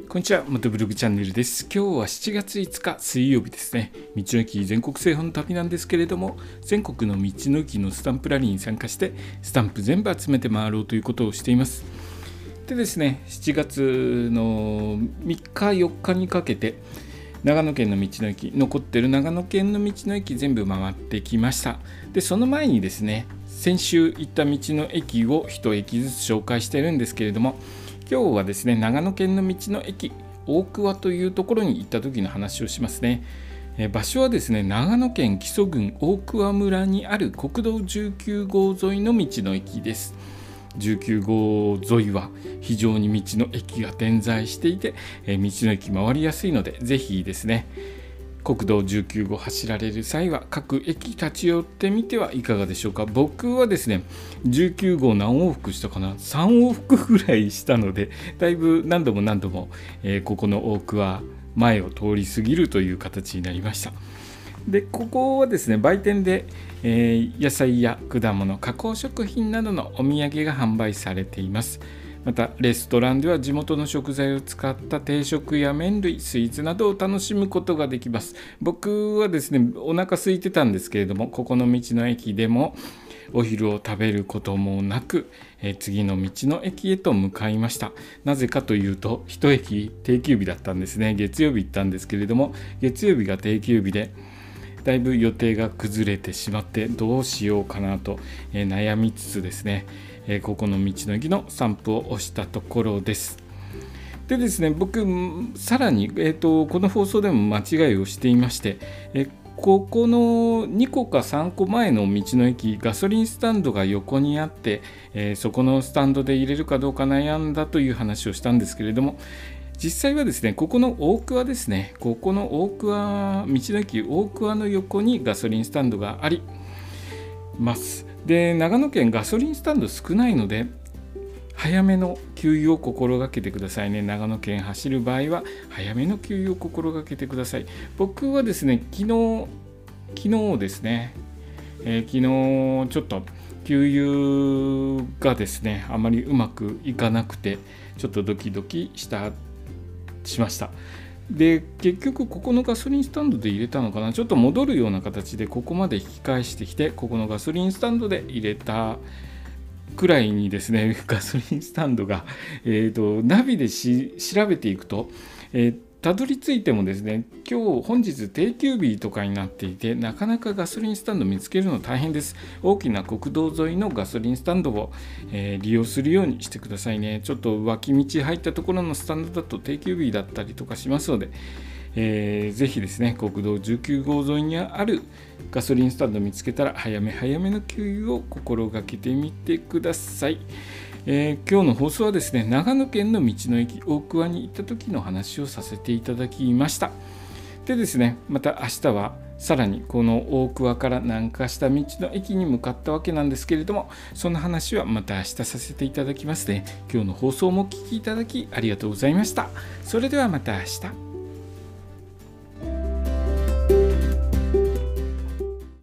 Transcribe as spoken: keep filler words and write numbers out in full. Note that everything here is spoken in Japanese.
こんにちは、元ブログチャンネルです。今日はしちがついつか水曜日ですね。道の駅全国制覇の旅なんですけれども、全国の道の駅のスタンプラリーに参加してスタンプ全部集めて回ろうということをしています。でですね、しちがつのみっかよっかにかけて長野県の道の駅、残ってる長野県の道の駅全部回ってきました。で、その前にですね、先週行った道の駅をいち駅ずつ紹介してるんですけれども、今日はですね、長野県の道の駅大桑というところに行った時の話をしますね。え場所はですね、長野県木曽郡大桑村にある国道じゅうきゅうごう沿いの道の駅です。じゅうきゅうごう沿いは非常に道の駅が点在していて、え道の駅回りやすいので、ぜひですね、国道じゅうきゅうごう走られる際は各駅立ち寄ってみてはいかがでしょうか。僕はですね、じゅうきゅうごう何往復したかな、さん往復ぐらいしたので、だいぶ何度も何度も、えー、ここの大桑前を通り過ぎるという形になりました。で、ここはですね、売店で、えー、野菜や果物、加工食品などのお土産が販売されています。またレストランでは地元の食材を使った定食や麺類、スイーツなどを楽しむことができます。僕はですね、お腹空いてたんですけれども、ここの道の駅でもお昼を食べることもなく、えー、次の道の駅へと向かいました。なぜかというと、一駅定休日だったんですね。月曜日行ったんですけれども、月曜日が定休日でだいぶ予定が崩れてしまって、どうしようかなと、えー、悩みつつですね、えー、ここの道の駅のスタンプを押したところです。でですね、僕さらに、えーと、この放送でも間違いをしていまして、えー、ここのにこかさんこまえの道の駅、ガソリンスタンドが横にあって、えー、そこのスタンドで入れるかどうか悩んだという話をしたんですけれども、実際はですね、ここの大桑ですね、ここの大桑、道の駅大桑の横にガソリンスタンドがあります。で、長野県ガソリンスタンド少ないので、早めの給油を心がけてくださいね。長野県走る場合は早めの給油を心がけてください。僕はですね、昨日昨日ですね、えー、昨日ちょっと給油がですね、あまりうまくいかなくて、ちょっとドキドキしたしました。で、結局ここのガソリンスタンドで入れたのかな、ちょっと戻るような形でここまで引き返してきて、ここのガソリンスタンドで入れたくらいにですね、ガソリンスタンドが、えーと、ナビでし調べていくと、えーたどり着いてもですね、今日本日定休日とかになっていて、なかなかガソリンスタンド見つけるの大変です。大きな国道沿いのガソリンスタンドを、えー、利用するようにしてくださいね。ちょっと脇道入ったところのスタンドだと定休日だったりとかしますので、えー、ぜひですね、国道じゅうきゅうごう沿いにあるガソリンスタンドを見つけたら、早め早めの給油を心がけてみてください。えー、今日の放送はですね、長野県の道の駅大桑に行った時の話をさせていただきました。でですね、また明日はさらにこの大桑から南下した道の駅に向かったわけなんですけれども、その話はまた明日させていただきますね。今日の放送もお聞きいただきありがとうございました。それではまた明日。